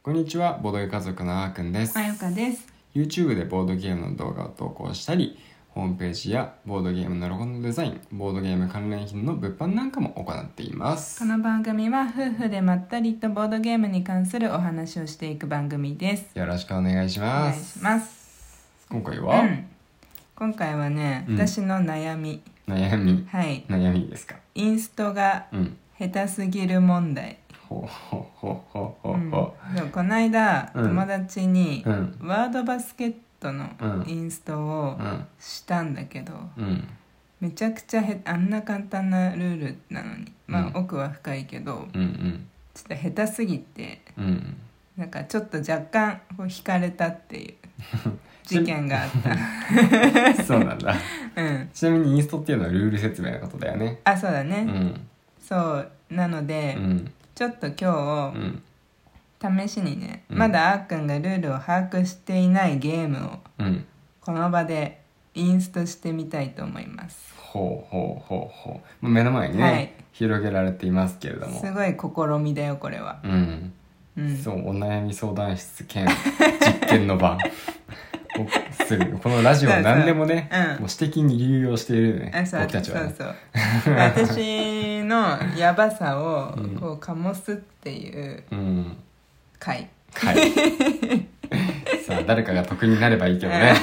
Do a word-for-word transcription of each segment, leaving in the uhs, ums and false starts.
こんにちは、ボードゲー家族のあーくんです。 まゆかです。 YouTube でボードゲームの動画を投稿したり、ホームページやボードゲームのロゴのデザイン、ボードゲーム関連品の物販なんかも行っています。 この番組は夫婦でまったりとボードゲームに関するお話をしていく番組です。 よろしくお願いしお願います。 します。 今回は、 うん、今回はね、 うん私の悩み悩みはい悩みですか。 インストがうん下手すぎる問題。 ほうほうほうほうほううんほでもこの間、 うん友達に、 ううんワードバスケットのうんインストをうんしたんだけど、 うんめちゃくちゃへあんな簡単なルールなのに、まあ、 うん奥は深いけど、 うんうんちょっと下手すぎてうんなんかちょっと若干こう惹かれたっていう事件があったそうなんだ。 うんちなみにインストっていうのはルール説明のことだよね。 あそうだね、 うんそうなので、 うんちょっと今うん日試しにね、 うんまだあーくんがルールを把握していないゲームをうんこの場でインストしてみたいと思います。 ほうほうほうほう。目の前にね、 はい、 広げられていますけれども。 すごい試みだよこれは。 うん、 うん、 そうお悩み相談室兼実験の場おするこのラジオは何でもねそうそううんもう私的に流用しているねあそう僕たちはね。 そうそう私のヤバさをうんこう醸すっていううん回、 はいさあ誰かが得になればいいけどね、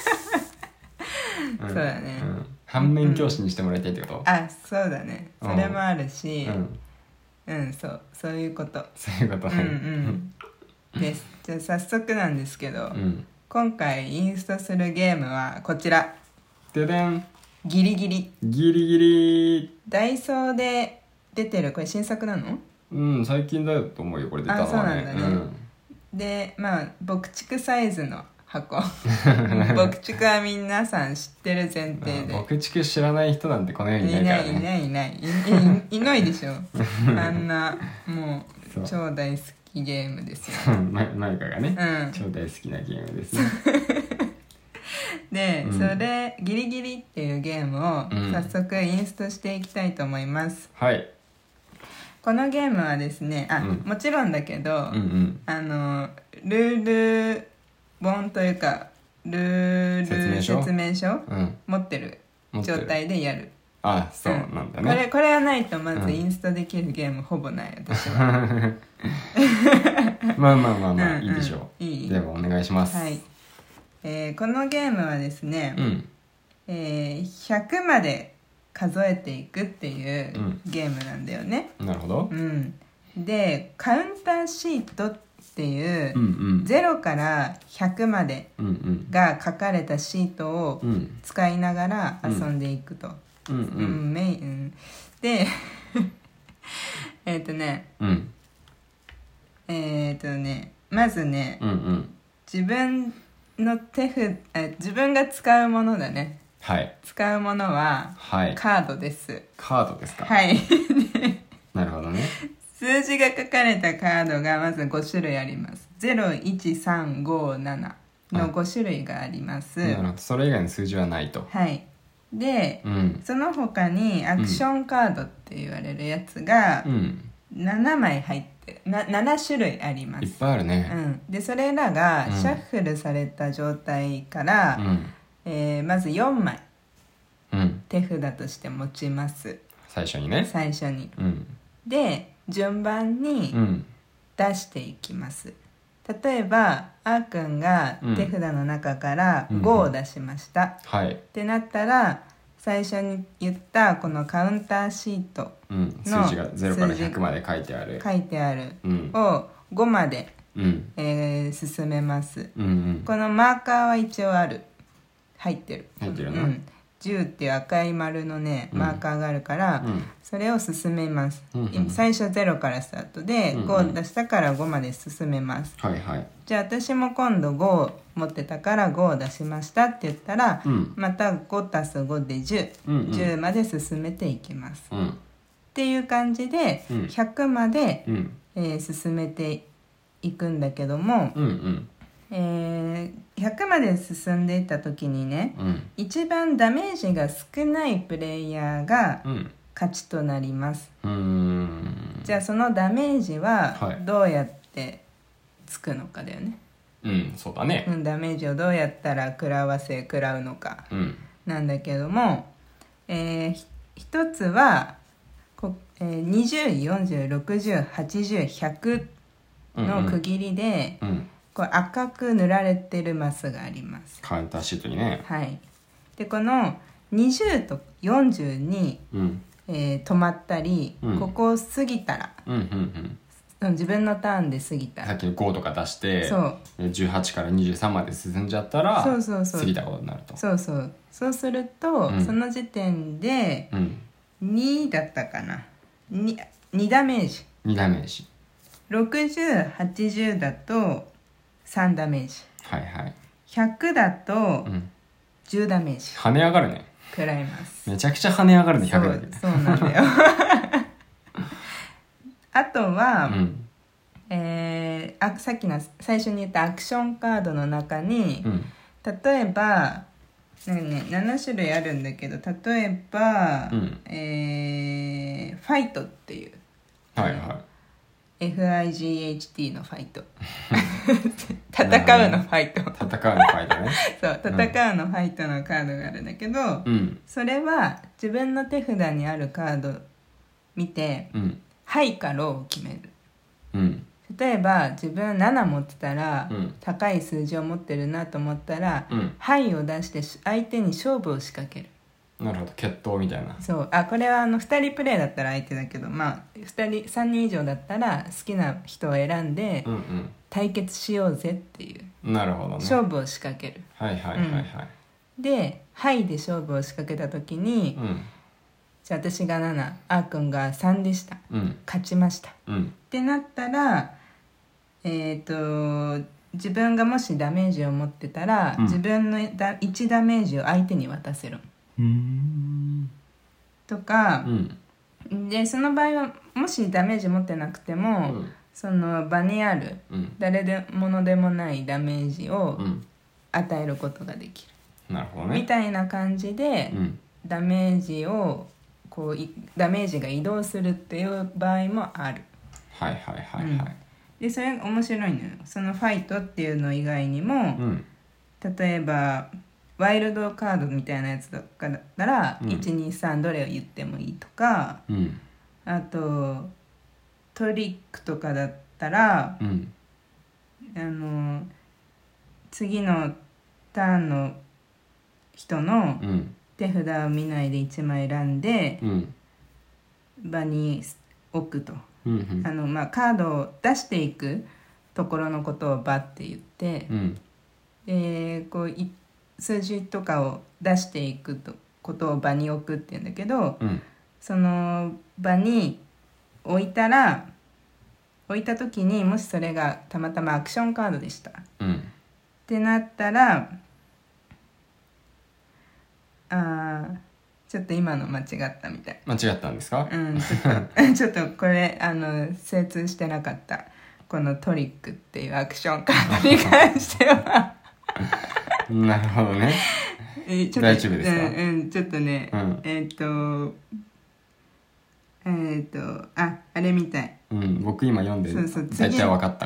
んそうだね、 うん、反面教師にしてもらいたいってこと、 あそうだねそれもあるしうん、 うん、そうそういうことそういうことうんね。 うんです。じゃあ早速なんですけど、 うん今回インストするゲームはこちら、 ででんギリギリ。 ギリギリ。 ダイソーで出てる、これ新作なの？ うん最近だよと思うよこれ出たのはね。 あそうなんだねうんでまあ牧畜サイズの箱牧畜は皆さん知ってる前提で、 牧畜知らない人なんてこの世にいいないからね。 ないいないいないいいいないでしょあんなもそうう超大好きゲームですよ。 まマユカがね、 うん超大好きなゲームですね。 で、 うんそれギリギリっていうゲームをうん早速インストしていきたいと思います。 はい。 このゲームはですねあ、 うんもちろんだけど、 うんうんあのルール本というかルール説明書説明書うん持ってる持ってる状態でやる。 あそうなんだこれね。 これはないとまずうんインストできるゲームほぼない私はまあまあまあまあ、 うんうんいいでしょう。 いいではお願いします。 はい、えーこのゲームはですね、 うんえーひゃくまで数えていくっていううんゲームなんだよね。 なるほどう。ん、でカウンターシートっていう、 うんうんゼロからひゃくまでうんうんが書かれたシートをうん使いながら遊んでいくと。 うんううんんメインうんでえっとねうんえっとねまずね、 うんうん自分の手札あ自分が使うものだね。 はい使うものははいカードです。 カードですか。 はいなるほどね。 数字が書かれたカードがまずご種類あります。ゼロ、いち、さん、ご、ななのご種類があります。 なるほどそれ以外の数字はないと。 はい。で、 うんその他にアクションカードって言われるやつがうんななまい入ってななな種類ありまいっす。 ぱいあるね。 うん、でそれらがうんシャッフルされた状態から、 うんえーまずよんまいうん手札として持ちます。 最初にね。 最初に。 うんで順番にうん出していきます。例えばあーくんが手札の中からごを出しました、 はい。 ってなったら最初に言ったこのカウンターシートうん、 の数字がゼロからひゃくまで書いてある。 書いてあるうんをごまで、 うんえー進めます。 うんうんこのマーカーは一応ある入ってる入ってるな。 うん、じゅうっていう赤い丸のねうんマーカーがあるから、 うんそれを進めます、 うんうん最初ゼロからスタートで、 うんうんごを出したからごまで進めます。 はいはい。 じゃあ私も今度ごを持ってたからごを出しましたって言ったら、 うんまたごたすごでじゅう、 うんうんじゅうまで進めていきます、っうんていう感じでうんひゃくまで、 うんえー進めていくんだけども、 うんうんえーひゃくまで進んでいった時にね、 うん一番ダメージが少ないプレイヤーがうん勝ちとなります。 うーんじゃあそのダメージははいどうやってつくのかだよね。 うんそうだね。 うん、ダメージをどうやったら食らわせ食らうのかうんなんだけども、えー、ひ一つはこ、えー、にじゅう、よんじゅう、ろくじゅう、はちじゅう、ひゃくの区切りで、 うんうんこう赤く塗られてるマスがあります。 カウンターシートにね。 はい。でこのにじゅうとよんじゅうに、 うんえー止まったり、 うんここを過ぎたら、 うんうんうんうん自分のターンで過ぎたら、 さっきのごとか出してそうじゅうはちからにじゅうさんまで進んじゃったらそうそうそう過ぎたことになると。 そうそうそうすると、 うんその時点でうんにだったかな、 に, にダメージ、 にダメージ。 ろくじゅう、はちじゅうだとさんダメージ、 はいはい。 ひゃくだとうんじゅうダメージ跳ね上がるね。 食らいます。 めちゃくちゃ跳ね上がるね。ひゃくだけ。 そうそうなんだよあとは、 うんえーあさっきの最初に言ったアクションカードの中に、 うん例えば、ねね、なな種類あるんだけど、例えば、 うんえーファイトっていうはいはエフアイジーエイチティー のファイト戦うのファイトい。戦うのファイトね。 そう戦うのファイトのカードがあるんだけど、 うんそれは自分の手札にあるカード見てうんハイかローを決める。 うん例えば自分なな持ってたら、 うん高い数字を持ってるなと思ったら、 うんハイを出して相手に勝負を仕掛ける。 なるほど。決闘みたいな。 そうあこれはあのふたりプレイだったら相手だけど、まあふたりさんにん以上だったら好きな人を選んでうん対決しようぜっていう、 うんなるほどね。 勝負を仕掛ける。 はいはいはいはい。 でハイで勝負を仕掛けた時に、 うんじゃあ私がなな、あーくんがさんでした、 うん勝ちましたっうんてなったら、えー、と自分がもしダメージを持ってたら、 うん自分のだいちダメージを相手に渡せるうんとかう、んでその場合はもしダメージ持ってなくても、 うんその場にあるうん誰でものでもないダメージをうん与えることができる、 なるほどね。 みたいな感じで、 うんダメージをこういダメージが移動するっていう場合もある。 はいはいはいはい。 でそれが面白いのよ。そのファイトっていうの以外にも、 うん例えばワイルドカードみたいなやつとかだったら、 うんいちにさんどれを言ってもいいとか、 うんあとトリックとかだったら、 うんあの次のターンの人のうん手札を見ないでいちまい選んでうん場に置くと、 うんあのまあ、カードを出していくところのことを場って言って、 うんでこうい数字とかを出していくとことを場に置くっていうんだけど、 うんその場に置いたら置いた時にもしそれがたまたまアクションカードでしたっうんてなったら、あーちょっと今の間違ったみたい。 間違ったんですか？ うんちょっとちょっとこれあの精通してなかった。このトリックっていうアクションカードに関してはなるほどね。 えちょっと大丈夫ですか？ うん、うん、ちょっとね、 うんえっ、とえっ、とああれみたい。 うん僕今読んでそうそう大体分かった。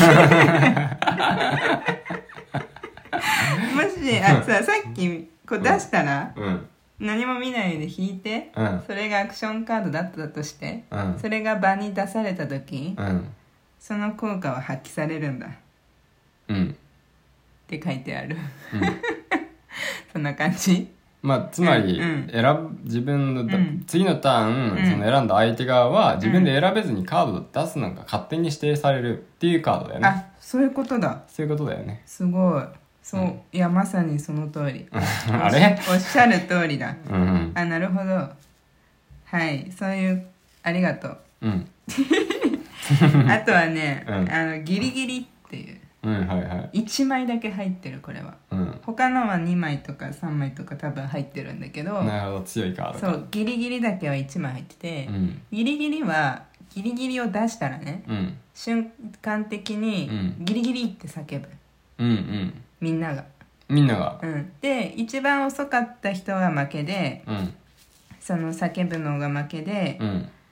もしあささっきこう出したら、 うん何も見ないで引いて、 うんそれがアクションカードだったとして、 うんそれが場に出された時、 うんその効果は発揮されるんだっうんて書いてある。 うんそんな感じ。 まあつまりうん選ぶ自分のだうん次のターンうんその選んだ相手側は自分で選べずにカードを出すのが勝手に指定されるっていうカードだよね。 あそういうことだ。 そういうことだよね。 すごいそう、 うんいやまさにその通りあれおっしゃる通りだ。 うんうんあなるほど。はいそういうありがとう。 うんあとはね、 うんあのギリギリっていううんはいはいいちまいだけ入ってる。これはうん他のはにまいとかさんまいとか多分入ってるんだけど、 なるほど強いカードか。 そうギリギリだけはいちまい入ってて、 うんギリギリはギリギリを出したらね、 うん瞬間的にうんギリギリって叫ぶ、 うんうんみんなが、 みんながうん、で一番遅かった人は負けで、 うんその叫ぶのが負けで、 うん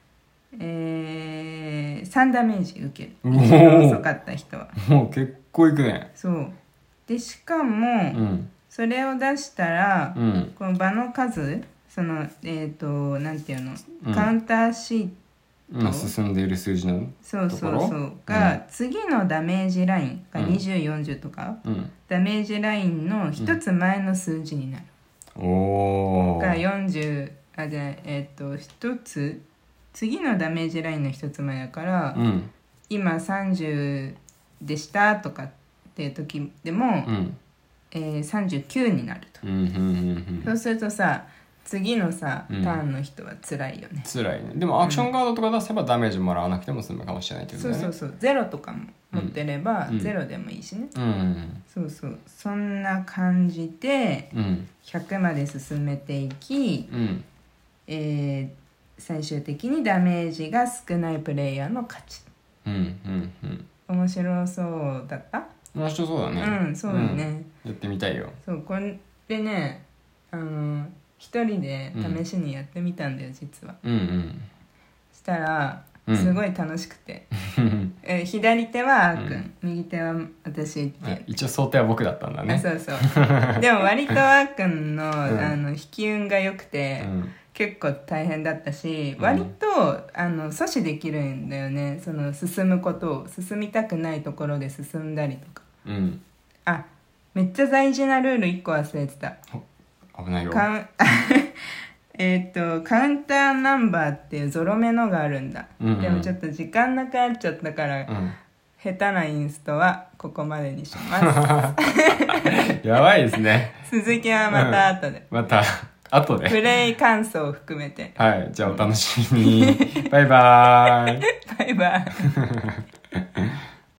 えー、さんダメージ受ける。 おー一番遅かった人は。 もう結構いくね。 そうでしかも、 うんそれを出したら、 うんこの場の数、そのえっ、となんていうの、 うんカウンターシート、 今進んでいる数字のそうそうところそうが、次のダメージラインがうんにじゅう、よんじゅうとか、 うんダメージラインの一つ前の数字になる。 おおがよんじゅう、あじゃあえっ、と一つ次のダメージラインの一つ前だから、 うん今さんじゅうでしたとかっていう時でも、 うんえー、さんじゅうきゅうになると。 うんうんうんそうするとさ、次のさタうんーンの人は辛いよね。 辛いね。でもアクションカードとか出せばダメージもらわなくても済むかもしれないってことだよね。 そうそうそう、ゼロとかも持ってれば、 うんゼロでもいいしね。 うんうんそうそう、そんな感じでうんひゃくまで進めていき、 うんえー最終的にダメージが少ないプレイヤーの勝ち。 うんうんうん面白そうだった？ 面白そうだね。 うん、そうだね、 うんやってみたいよ。 そうこれね、あの一人で試しにやってみたんだよ、実は。 うんうんしたらうんすごい楽しくて、え左手はあーくん、 うん右手は私っていう、 一応想定は僕だったんだあね。 そうそうでも割とあーくんの、 んあの引き運が良くて、 うん結構大変だったし、 うん割とあの阻止できるんだよね、その進むことを。進みたくないところで進んだりとか。 うんあ、めっちゃ大事なルールいっこ忘れてた。 危ないよ。 カウンえっとカウンターナンバーっていうゾロ目のがあるんだ、 うんうんでもちょっと時間なくなっちゃったから、 うん下手なインストはここまでにしまやばいですね。 す続きはまた後で、 また後プで。 レイ感想を含めて。 はい、じゃあお楽しみに。バイバーイ。 バイバイ